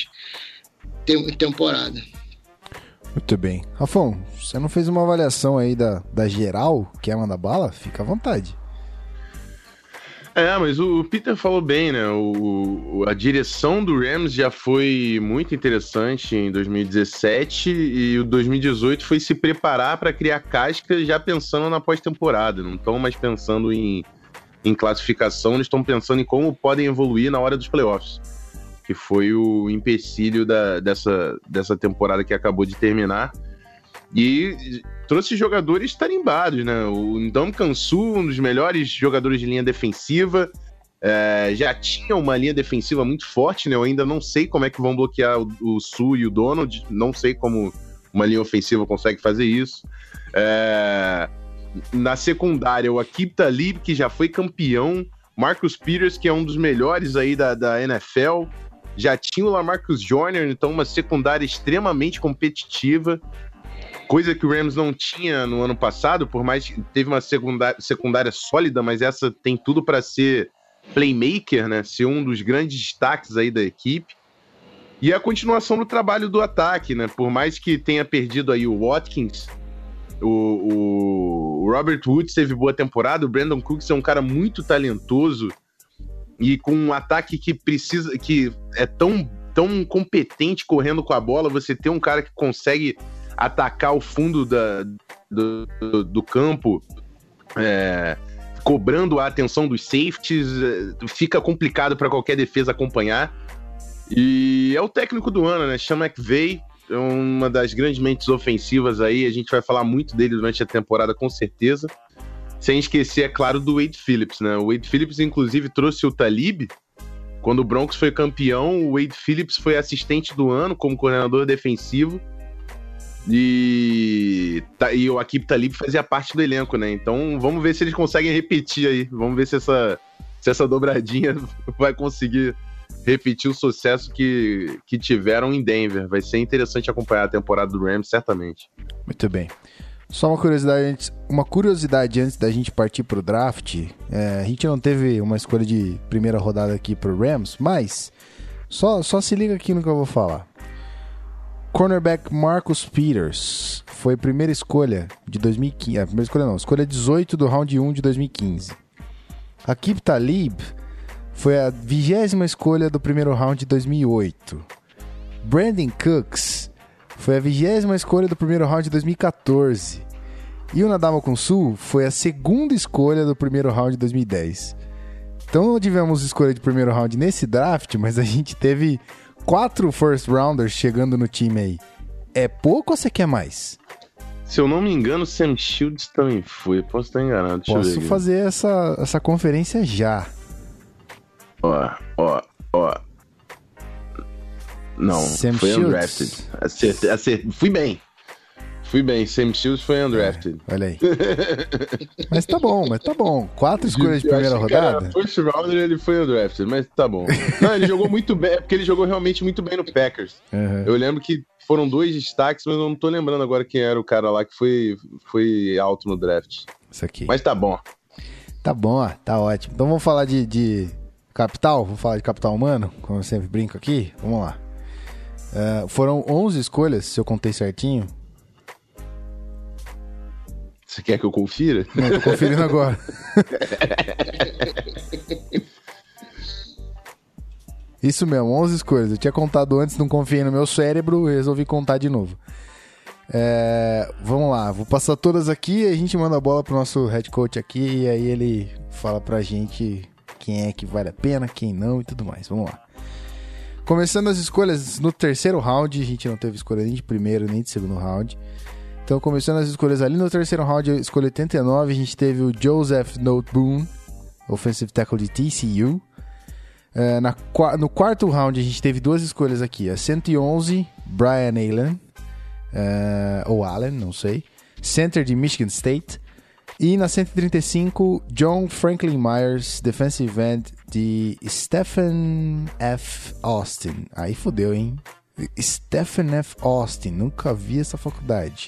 pós-temporada. Muito bem. Rafão, você não fez uma avaliação aí da, da geral? Quer mandar bala? Fica à vontade. É, mas o Peter falou bem, né? O, a direção do Rams já foi muito interessante em dois mil e dezessete e o dois mil e dezoito foi se preparar para criar casca já pensando na pós-temporada. Não estão mais pensando em, em classificação, eles estão pensando em como podem evoluir na hora dos playoffs, que foi o empecilho da, dessa, dessa temporada que acabou de terminar. E trouxe jogadores tarimbados, né? O Ndamukong Suh, um dos melhores jogadores de linha defensiva, é, já tinha uma linha defensiva muito forte, né? Eu ainda não sei como é que vão bloquear o, o Suh e o Donald, não sei como uma linha ofensiva consegue fazer isso. É, na secundária, o Aqib Talib, que já foi campeão, Marcus Peters, que é um dos melhores aí da, da N F L, já tinha o LaMarcus Joyner, então uma secundária extremamente competitiva, coisa que o Rams não tinha no ano passado, por mais que teve uma secundária, secundária sólida, mas essa tem tudo para ser playmaker, né? Ser um dos grandes destaques aí da equipe. E a continuação do trabalho do ataque, né? Por mais que tenha perdido aí o Watkins, o, o Robert Woods teve boa temporada, o Brandon Cooks é um cara muito talentoso e com um ataque que precisa, que é tão, tão competente correndo com a bola, você ter um cara que consegue atacar o fundo da, do, do, do campo, é, cobrando a atenção dos safeties, é, fica complicado para qualquer defesa acompanhar. E é o técnico do ano, né? Sean McVay, é uma das grandes mentes ofensivas aí, a gente vai falar muito dele durante a temporada, com certeza. Sem esquecer, é claro, do Wade Phillips, né? O Wade Phillips, inclusive, trouxe o Talib. Quando o Broncos foi campeão, o Wade Phillips foi assistente do ano como coordenador defensivo. E, e o Aqib Talib fazia parte do elenco, né? Então vamos ver se eles conseguem repetir aí. Vamos ver se essa, se essa dobradinha vai conseguir repetir o sucesso que, que tiveram em Denver. Vai ser interessante acompanhar a temporada do Rams, certamente. Muito bem. Só uma curiosidade antes, uma curiosidade antes da gente partir pro draft. É, a gente não teve uma escolha de primeira rodada aqui pro Rams, mas só, só se liga aqui no que eu vou falar. Cornerback Marcus Peters foi a primeira escolha de dois mil e quinze. A primeira escolha não, escolha dezoito do round um de dois mil e quinze. Aqib Talib foi a vigésima escolha do primeiro round de dois mil e oito. Brandon Cooks foi a vigésima escolha do primeiro round de dois mil e quatorze. E o Ndamukong Suh foi a segunda escolha do primeiro round de dois mil e dez. Então não tivemos escolha de primeiro round nesse draft, mas a gente teve quatro first rounders chegando no time aí. É pouco ou você quer mais? Se eu não me engano, Sam Shields também foi. Posso estar enganado. Deixa Posso eu ver fazer essa, essa conferência já. Ó, ó, ó. Não, Sam foi Shields. undrafted. Acertei, acertei. Fui bem. Fui bem. Sam Shields foi undrafted. É, olha aí. Mas tá bom, mas tá bom. Quatro escolhas de Eu primeira acho que rodada? era first rounder, ele foi undrafted, mas tá bom. Não, ele jogou muito bem, é porque ele jogou realmente muito bem no Packers. Uhum. Eu lembro que foram dois destaques, mas eu não tô lembrando agora quem era o cara lá que foi, foi alto no draft. Isso aqui. Mas tá bom. Tá bom, ó, tá ótimo. Então vamos falar de, de capital? Vamos falar de capital humano, como eu sempre brinco aqui? Vamos lá. Uh, foram onze escolhas, se eu contei certinho. Você quer que eu confira? Não, tô conferindo agora. Isso mesmo, onze escolhas. Eu tinha contado antes, não confiei no meu cérebro e resolvi contar de novo. É, vamos lá, vou passar todas aqui e a gente manda a bola pro nosso head coach aqui e aí ele fala pra gente quem é que vale a pena, quem não e tudo mais. Vamos lá. Começando as escolhas no terceiro round, a gente não teve escolha nem de primeiro nem de segundo round. Então, começando as escolhas ali no terceiro round, a escolha oitenta e nove, a gente teve o Joseph Noteboom, offensive tackle de T C U. Uh, na, no quarto round, a gente teve duas escolhas aqui. A cento e onze, Brian Allen, uh, ou Allen, não sei. Center de Michigan State. E na cento e trinta e cinco, John Franklin Myers, defensive end de Stephen F. Austin. Aí fodeu, hein? Stephen F. Austin, nunca vi essa faculdade.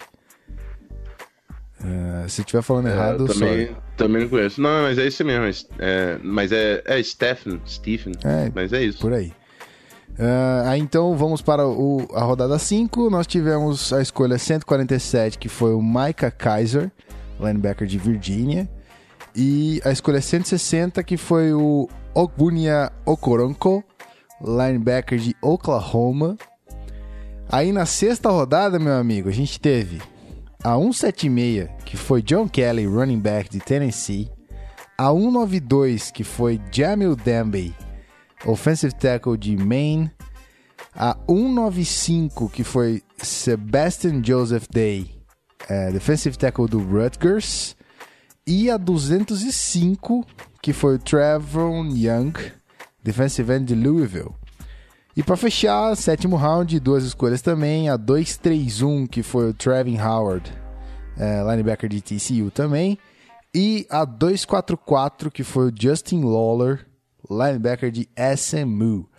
Uh, se eu estiver falando errado, é, também, sorry. também não conheço. Não, mas é isso mesmo. É, mas é, é Stephen, Stephen. É, mas é isso. Por aí. Uh, aí então vamos para o, a rodada cinco. Nós tivemos a escolha cento e quarenta e sete, que foi o Micah Kiser, linebacker de Virgínia. E a escolha cento e sessenta, que foi o Ogbunia Okoronkwo, linebacker de Oklahoma. Aí na sexta rodada, meu amigo, a gente teve a cento e setenta e seis, que foi John Kelly, running back de Tennessee. A cento e noventa e dois, que foi Jamil Dembe, offensive tackle de Maine. A cento e noventa e cinco, que foi Sebastian Joseph Day, é, defensive tackle do Rutgers. E a duzentos e cinco, que foi o Trevon Young, defensive end de Louisville. E para fechar, sétimo round, duas escolhas também. A duzentos e trinta e um, que foi o Trevin Howard, é, linebacker de T C U também. E a duzentos e quarenta e quatro, que foi o Justin Lawler, linebacker de S M U.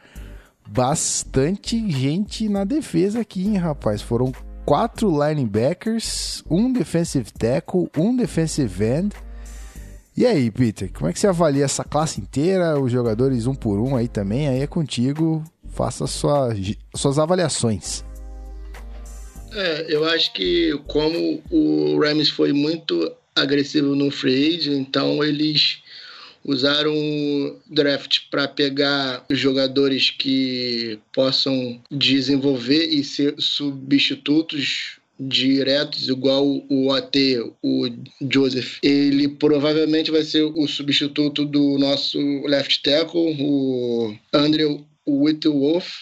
Bastante gente na defesa aqui, hein, rapaz? Foram quatro linebackers, um defensive tackle, um defensive end. E aí, Peter, como é que você avalia essa classe inteira, os jogadores um por um aí também? Aí é contigo, faça sua, suas avaliações. É, eu acho que como o Rams foi muito agressivo no free agent, então eles usaram o draft para pegar jogadores que possam desenvolver e ser substitutos diretos, igual o A T, o Joseph. Ele provavelmente vai ser o substituto do nosso left tackle, o Andrew Whitworth.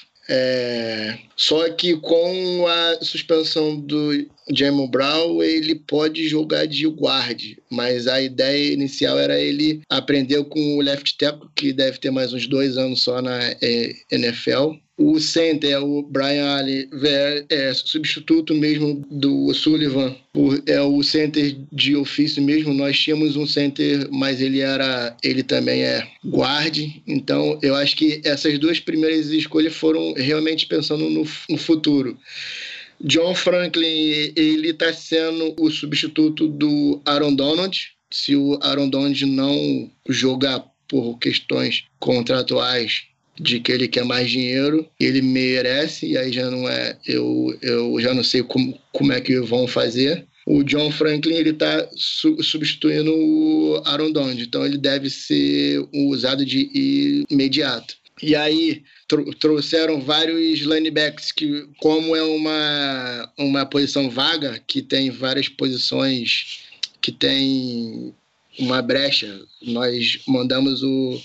É, só que com a suspensão do Jamon Brown, ele pode jogar de guard, mas a ideia inicial era ele aprender com o left tackle, que deve ter mais uns dois anos só na é, N F L. O center, o Brian Ali, é substituto mesmo do Sullivan, é o center de ofício mesmo. Nós tínhamos um center, mas ele era, ele também é guard. Então, eu acho que essas duas primeiras escolhas foram realmente pensando no, no futuro. John Franklin, ele está sendo o substituto do Aaron Donald. Se o Aaron Donald não jogar por questões contratuais, de que ele quer mais dinheiro, ele merece, e aí já não é, eu, eu já não sei como, como é que vão fazer. O John Franklin, ele está su- substituindo o Aaron Donald, então ele deve ser usado de imediato. E aí tr- trouxeram vários linebacks, que como é uma, uma posição vaga, que tem várias posições, que tem uma brecha, nós mandamos o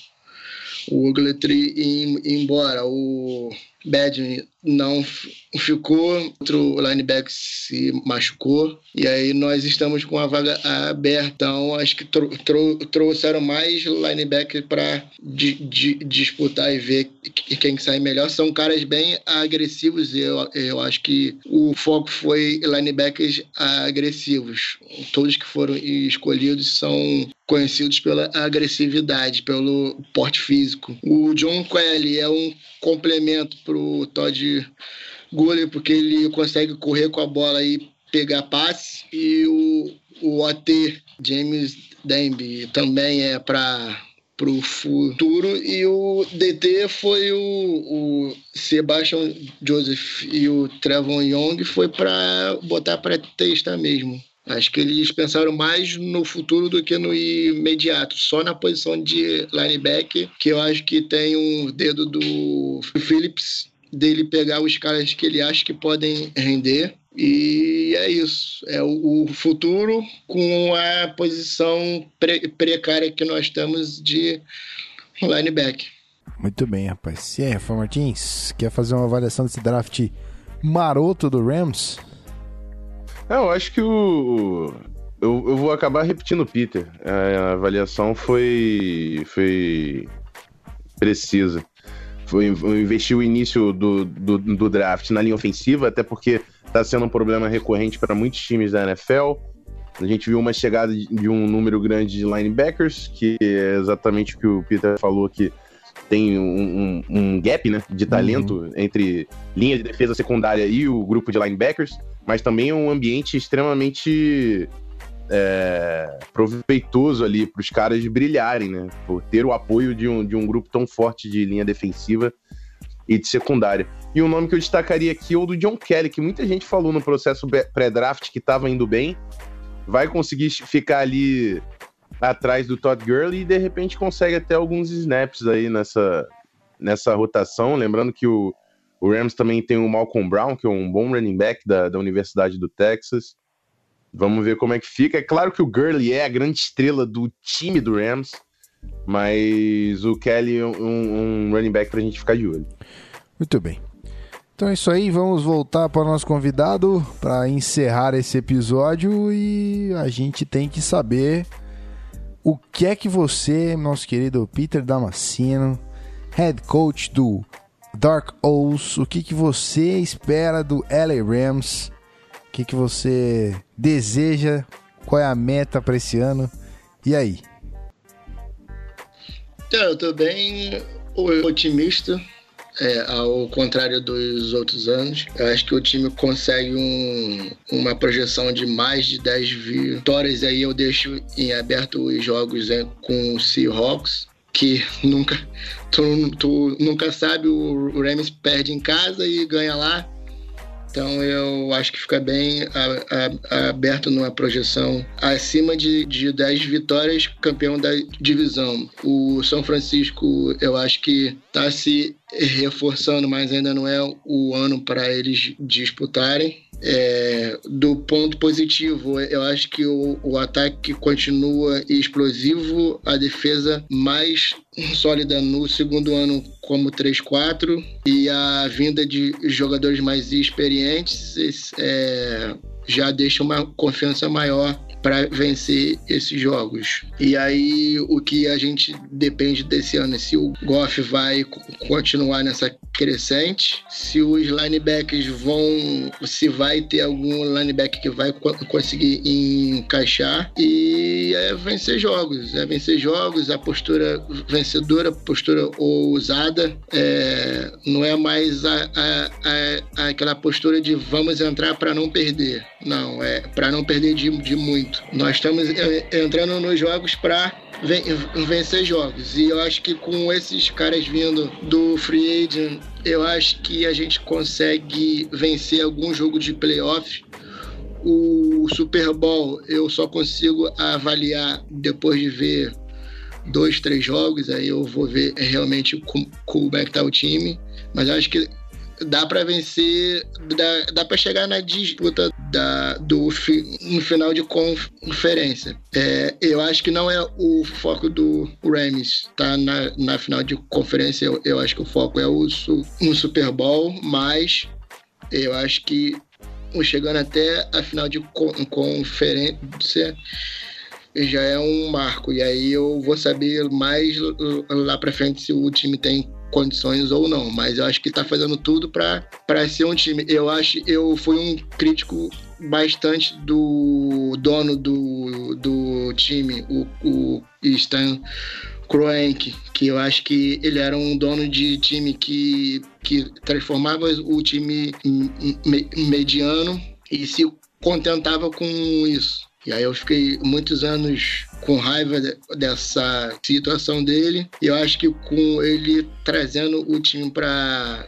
o Ogletree embora, o Badger não ficou, outro linebacker se machucou, e aí nós estamos com a vaga aberta. Então acho que tro- tro- trouxeram mais linebacker para di- di- disputar e ver quem sai melhor. São caras bem agressivos, e eu, eu acho que o foco foi linebackers agressivos. Todos que foram escolhidos são conhecidos pela agressividade, pelo porte físico. O John Kelly é um complemento para o Todd Gurley, porque ele consegue correr com a bola e pegar passe. E o, o A T, James Dembe, também é para o futuro. E o D T foi o, o Sebastian Joseph, e o Trevon Young foi para botar para testar mesmo. Acho que eles pensaram mais no futuro do que no imediato. Só na posição de linebacker, que eu acho que tem um dedo do Phillips, dele pegar os caras que ele acha que podem render. E é isso. É o, o futuro com a posição pre- precária que nós temos de linebacker. Muito bem, rapaz. E aí, Rafa Martins, quer fazer uma avaliação desse draft maroto do Rams? Eu acho que o... Eu, eu vou acabar repetindo o Peter. A avaliação foi... Foi... precisa. Foi investir o início do, do, do draft na linha ofensiva, até porque está sendo um problema recorrente para muitos times da N F L. A gente viu uma chegada de um número grande de linebackers, que é exatamente o que o Peter falou, que tem um, um, um gap, né, de talento uhum. entre linha de defesa secundária e o grupo de linebackers, mas também é um ambiente extremamente é, proveitoso ali para os caras brilharem, né, por ter o apoio de um, de um grupo tão forte de linha defensiva e de secundária. E o nome que eu destacaria aqui é o do John Kelly, que muita gente falou no processo pré-draft que estava indo bem, vai conseguir ficar ali atrás do Todd Gurley e de repente consegue até alguns snaps aí nessa, nessa rotação. Lembrando que o, o Rams também tem o Malcolm Brown, que é um bom running back da, da Universidade do Texas. Vamos ver como é que fica. É claro que o Gurley é a grande estrela do time do Rams, mas o Kelly é um, um running back pra gente ficar de olho. Muito bem. Então é isso aí, vamos voltar para o nosso convidado para encerrar esse episódio e a gente tem que saber o que é que você, nosso querido Peter Damasceno, head coach do Dark Owls, o que que você espera do L A Rams, o que que você deseja, qual é a meta para esse ano, e aí? Eu tô bem otimista. É, ao contrário dos outros anos, eu acho que o time consegue um, uma projeção de mais de dez vitórias. Aí eu deixo em aberto os jogos, né, com o Seahawks, que nunca, tu, tu nunca sabe, o Rams perde em casa e ganha lá. Então eu acho que fica bem a, a, aberto numa projeção acima de, de dez vitórias, campeão da divisão. O São Francisco, eu acho que está se reforçando, mas ainda não é o ano para eles disputarem. É, do ponto positivo, eu acho que o, o ataque continua explosivo, a defesa mais sólida no segundo ano como três quatro, e a vinda de jogadores mais experientes é, já deixa uma confiança maior para vencer esses jogos. E aí o que a gente depende desse ano é se o Goff vai continuar nessa crescente, se os linebackers vão, se vai ter algum linebacker que vai conseguir encaixar, e é vencer jogos, é vencer jogos, a postura vencedora, a postura ousada, é, não é mais a, a, a, aquela postura de vamos entrar para não perder, não, é para não perder de, de muito. Nós estamos entrando nos jogos para vencer jogos, e eu acho que com esses caras vindo do free agent, eu acho que a gente consegue vencer algum jogo de playoff. O Super Bowl eu só consigo avaliar depois de ver dois, três jogos, aí eu vou ver realmente como, como é que tá o time, mas eu acho que dá para vencer, dá, dá para chegar na disputa da, do fi, no final de conferência. É, eu acho que não é o foco do Rams tá na, na final de conferência, eu, eu acho que o foco é o no Super Bowl, mas eu acho que chegando até a final de conferência já é um marco, e aí eu vou saber mais lá para frente se o time tem condições ou não, mas eu acho que tá fazendo tudo para ser um time. Eu acho, eu fui um crítico bastante do dono do, do time, o, o Stan Kroenke, que eu acho que ele era um dono de time que, que transformava o time me, mediano e se contentava com isso. E aí eu fiquei muitos anos com raiva dessa situação dele. E eu acho que com ele trazendo o time para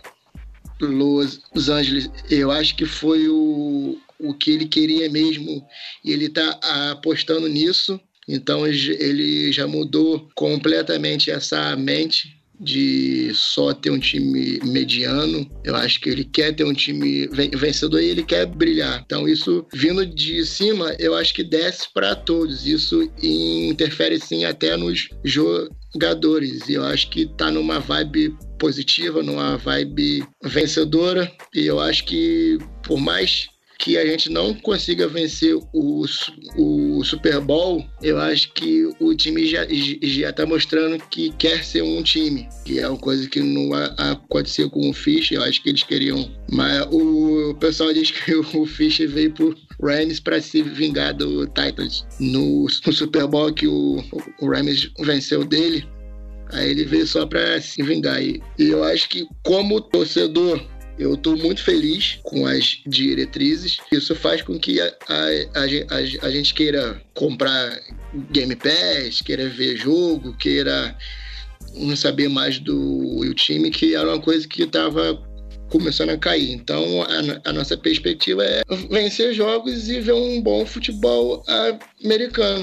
Los Angeles, eu acho que foi o, o que ele queria mesmo. E ele está apostando nisso. Então ele já mudou completamente essa mente de só ter um time mediano. Eu acho que ele quer ter um time vencedor e ele quer brilhar. Então isso vindo de cima, eu acho que desce para todos. Isso interfere sim até nos jogadores. E eu acho que tá numa vibe positiva, numa vibe vencedora. E eu acho que por mais que a gente não consiga vencer o, o Super Bowl, eu acho que o time já já está mostrando que quer ser um time, que é uma coisa que não aconteceu com o Fischer. Eu acho que eles queriam, mas o pessoal diz que o Fischer veio pro Rams para se vingar do Titans no, no Super Bowl que o, o Rams venceu dele. Aí ele veio só para se vingar. E, e eu acho que como torcedor, eu estou muito feliz com as diretrizes. Isso faz com que a, a, a, a gente queira comprar Game Pass, queira ver jogo, queira saber mais do time, que era uma coisa que estava começando a cair. Então a, a nossa perspectiva é vencer jogos e ver um bom futebol americano.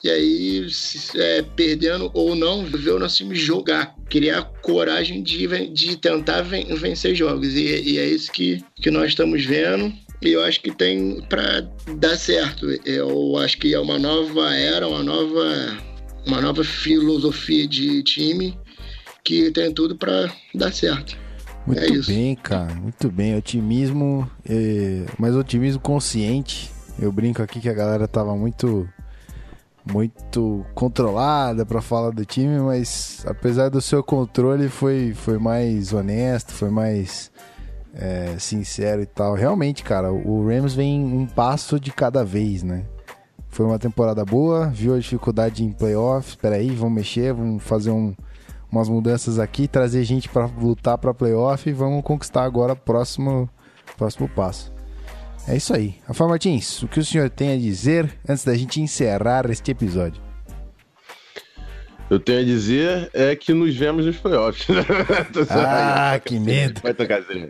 e aí, é, perdendo ou não, ver o nosso time jogar, criar coragem de, de tentar ven- vencer jogos. E, e é isso que, que nós estamos vendo. E eu acho que tem para dar certo. Eu acho que é uma nova era, uma nova, uma nova filosofia de time que tem tudo para dar certo. Muito é isso. bem, cara. Muito bem. Otimismo, é... mas otimismo consciente. Eu brinco aqui que a galera tava muito... muito controlada para falar do time, mas apesar do seu controle foi, foi mais honesto, foi mais é, sincero e tal. Realmente, cara, o Rams vem um passo de cada vez, né? Foi uma temporada boa, viu a dificuldade em playoffs, peraí, vamos mexer, vamos fazer um, umas mudanças aqui, trazer gente para lutar para playoff e vamos conquistar agora o próximo, próximo passo. É isso aí. Rafael Martins, o que o senhor tem a dizer antes da gente encerrar este episódio? Eu tenho a dizer é que nos vemos nos playoffs. Ah, que medo. Vai tocar assim.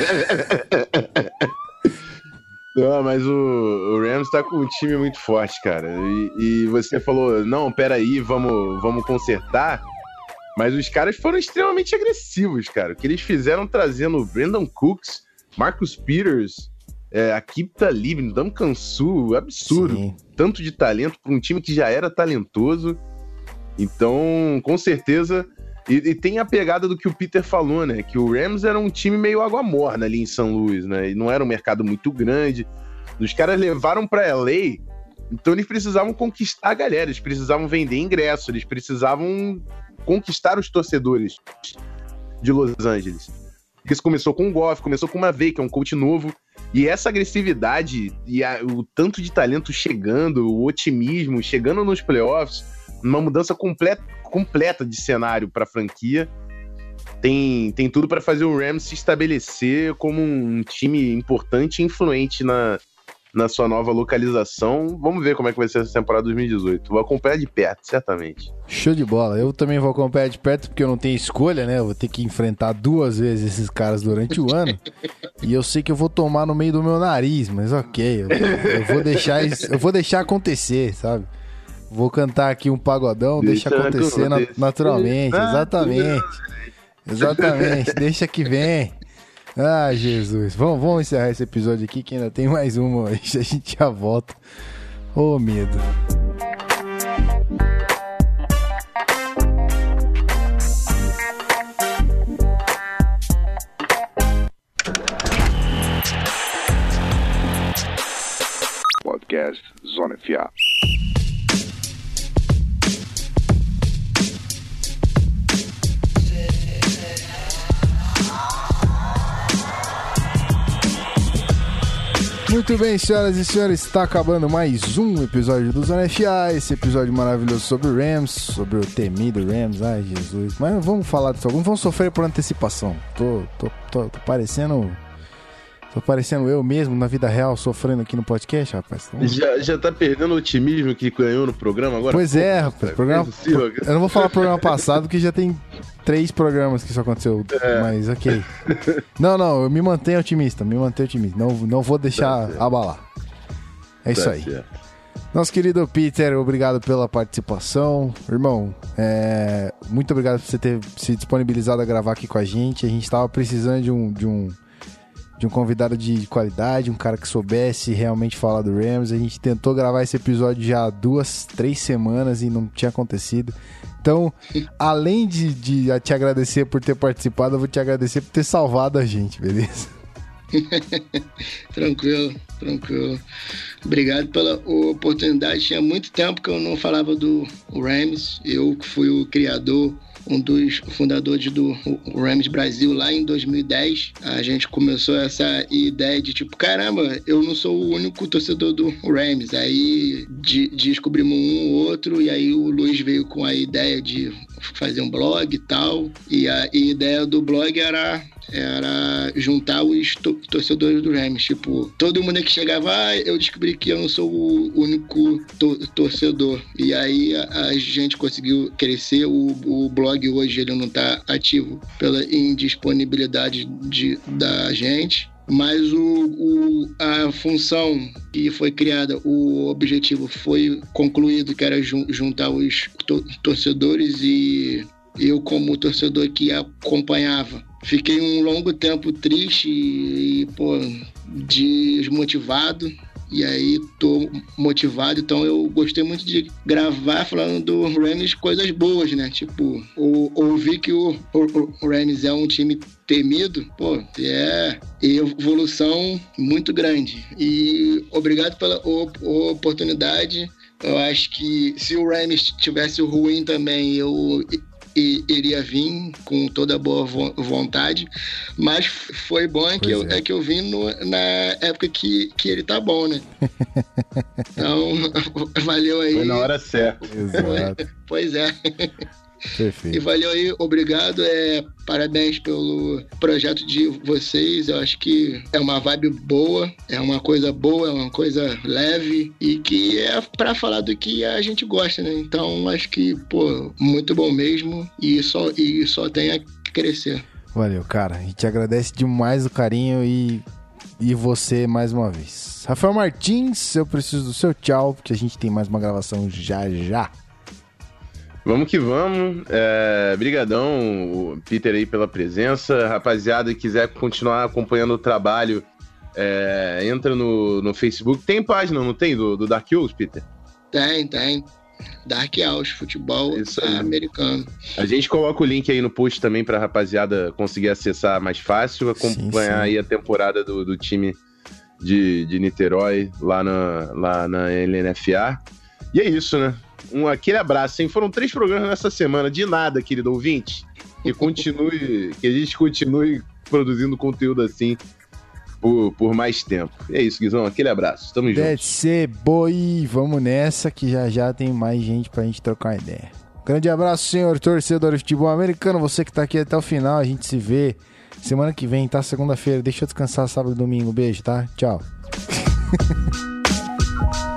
Não, mas o, o Rams tá com um time muito forte, cara. E, e você falou, não, peraí, vamos, vamos consertar. Mas os caras foram extremamente agressivos, cara. O que eles fizeram trazendo o Brandon Cooks, Marcus Peters... É, a Aqib Talib, Ndamukong Suh, absurdo. Sim. Tanto de talento para um time que já era talentoso. Então, com certeza... E, e tem a pegada do que o Peter falou, né? Que o Rams era um time meio água morna ali em São Luís, né? E não era um mercado muito grande. Os caras levaram para L A, então eles precisavam conquistar a galera, eles precisavam vender ingresso, eles precisavam conquistar os torcedores de Los Angeles. Isso começou com o Goff, começou com o McVay, que é um coach novo. E essa agressividade e a, o tanto de talento chegando, o otimismo, chegando nos playoffs, uma mudança completa, completa de cenário para a franquia, tem, tem tudo para fazer o Rams se estabelecer como um time importante e influente na, na sua nova localização. Vamos ver como é que vai ser essa temporada dois mil e dezoito. Vou acompanhar de perto, certamente. Show de bola. Eu também vou acompanhar de perto porque eu não tenho escolha, né? Eu vou ter que enfrentar duas vezes esses caras durante o ano. E eu sei que eu vou tomar no meio do meu nariz, mas ok. Eu, eu, vou, deixar, eu vou deixar acontecer, sabe? Vou cantar aqui um pagodão, deixa, deixa acontecer na, naturalmente. Exatamente. Exatamente. Deixa que vem. Ah, Jesus. Vamos, vamos encerrar esse episódio aqui que ainda tem mais uma hoje. A gente já volta. Ô, medo. Podcast Zona F A. Muito bem, senhoras e senhores, está acabando mais um episódio do Zona F A, esse episódio maravilhoso sobre o Rams, sobre o temido Rams, ai Jesus, mas vamos falar disso, vamos sofrer por antecipação, tô, tô, tô, tô parecendo, tô parecendo eu mesmo na vida real, sofrendo aqui no podcast, rapaz. Então... Já, já tá perdendo o otimismo que ganhou no programa agora? Pois é, rapaz, programa, eu não vou falar programa passado, que já tem três programas que isso aconteceu, é. Mas ok. Não, não, eu me mantenho otimista, me mantenho otimista. Não, não vou deixar tá abalar. É isso tá aí. Certo. Nosso querido Peter, obrigado pela participação. Irmão, é, muito obrigado por você ter se disponibilizado a gravar aqui com a gente. A gente estava precisando de um, de, um, de um convidado de qualidade, um cara que soubesse realmente falar do Rams. A gente tentou gravar esse episódio já há duas, três semanas e não tinha acontecido. Então, além de, de te agradecer por ter participado, eu vou te agradecer por ter salvado a gente, beleza? Tranquilo, tranquilo. Obrigado pela oportunidade. Tinha muito tempo que eu não falava do Rams. Eu que fui o criador, um dos fundadores do Rams Brasil lá em dois mil e dez. A gente começou essa ideia de tipo, caramba, eu não sou o único torcedor do Rams. Aí de, descobrimos um ou outro, e aí o Luiz veio com a ideia de fazer um blog e tal. E a, e a ideia do blog era... era juntar os to- torcedores do Rams. Tipo, todo mundo que chegava, ah, eu descobri que eu não sou o único to- torcedor. E aí a, a gente conseguiu crescer. O, o blog hoje ele não tá ativo pela indisponibilidade de, da gente. mas o, o, a função que foi criada, o objetivo foi concluído, que era jun, juntar os to, torcedores, e eu, como torcedor que acompanhava, fiquei um longo tempo triste e, pô, desmotivado. E aí tô motivado, então eu gostei muito de gravar falando do Rams, coisas boas, né? Tipo, ou, ouvir que o, o, o Rams é um time temido, pô, é evolução muito grande. E obrigado pela oportunidade. Eu acho que se o Rams tivesse ruim também, eu e iria vir com toda a boa vontade, mas foi bom é que, eu, é. é que eu vim no, na época que, que ele tá bom, né? Então, valeu aí. Foi na hora certa. Exato. Pois é. Perfeito. E valeu aí, obrigado, é, parabéns pelo projeto de vocês. Eu acho que é uma vibe boa, é uma coisa boa, é uma coisa leve e que é pra falar do que a gente gosta, né? Então acho que, pô, muito bom mesmo e só, e só tem a crescer. Valeu, cara. A gente agradece demais o carinho e, e você mais uma vez. Rafael Martins, eu preciso do seu tchau, porque a gente tem mais uma gravação já já. Vamos que vamos. É, brigadão, Peter, aí pela presença. Rapaziada, que quiser continuar acompanhando o trabalho, é, entra no, no Facebook. Tem página, não tem, do, do Dark Horse, Peter? Tem, tem. Dark Horse, futebol americano. A gente coloca o link aí no post também pra rapaziada conseguir acessar mais fácil, acompanhar sim, sim. aí a temporada do, do time de, de Niterói lá na, lá na L N F A. E é isso, né? Um, aquele abraço, hein? Foram três programas nessa semana, de nada, querido ouvinte. Que continue, que a gente continue produzindo conteúdo assim por, por mais tempo. E é isso, Guizão, aquele abraço. Tamo junto. Desce, boi, vamos nessa que já já tem mais gente pra gente trocar uma ideia. Grande abraço, senhor torcedor de futebol americano, você que tá aqui até o final, a gente se vê semana que vem, tá? Segunda-feira, deixa eu descansar sábado e domingo. Beijo, tá? Tchau.